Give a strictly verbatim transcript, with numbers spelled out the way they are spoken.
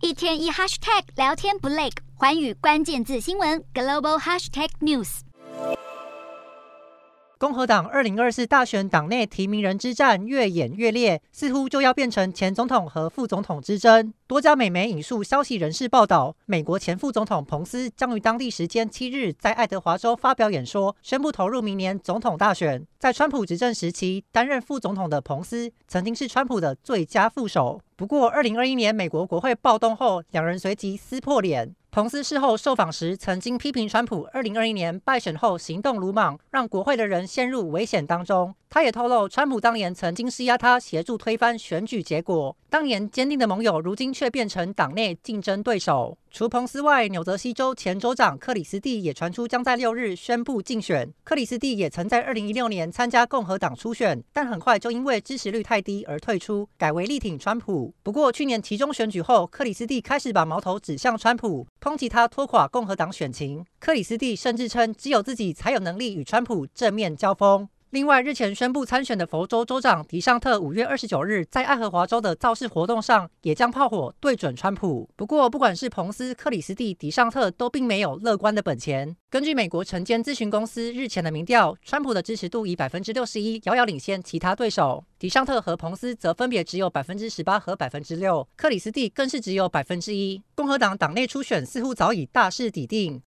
一天一 hashtag 聊天不累，寰宇关键字新闻 global hashtag news。 共和党二零二四大选党内提名人之战越演越烈，似乎就要变成前总统和副总统之争。多家美媒引述消息人士报道，美国前副总统彭斯将于当地时间七日在爱德华州发表演说，宣布投入明年总统大选。在川普执政时期担任副总统的彭斯，曾经是川普的最佳副手。不过，二零二一年美国国会暴动后，两人随即撕破脸。彭斯事后受访时曾经批评川普二零二一年败选后行动鲁莽，让国会的人陷入危险当中。他也透露，川普当年曾经施压他协助推翻选举结果，当年坚定的盟友，如今却变成党内竞争对手。除彭斯外，纽泽西州前州长克里斯蒂也传出将在六日宣布竞选。克里斯蒂也曾在二零一六年参加共和党初选，但很快就因为支持率太低而退出，改为力挺川普。不过去年期中选举后，克里斯蒂开始把矛头指向川普，抨击他拖垮共和党选情。克里斯蒂甚至称，只有自己才有能力与川普正面交锋。另外，日前宣布参选的佛州州长迪尚特，五月二十九日在爱荷华州的造势活动上，也将炮火对准川普。不过，不管是彭斯、克里斯蒂、迪尚特，都并没有乐观的本钱。根据美国晨间咨询公司日前的民调，川普的支持度以百分之六十一遥遥领先其他对手，迪尚特和彭斯则分别只有百分之十八和百分之六，克里斯蒂更是只有百分之一。共和党党内初选似乎早已大势已定。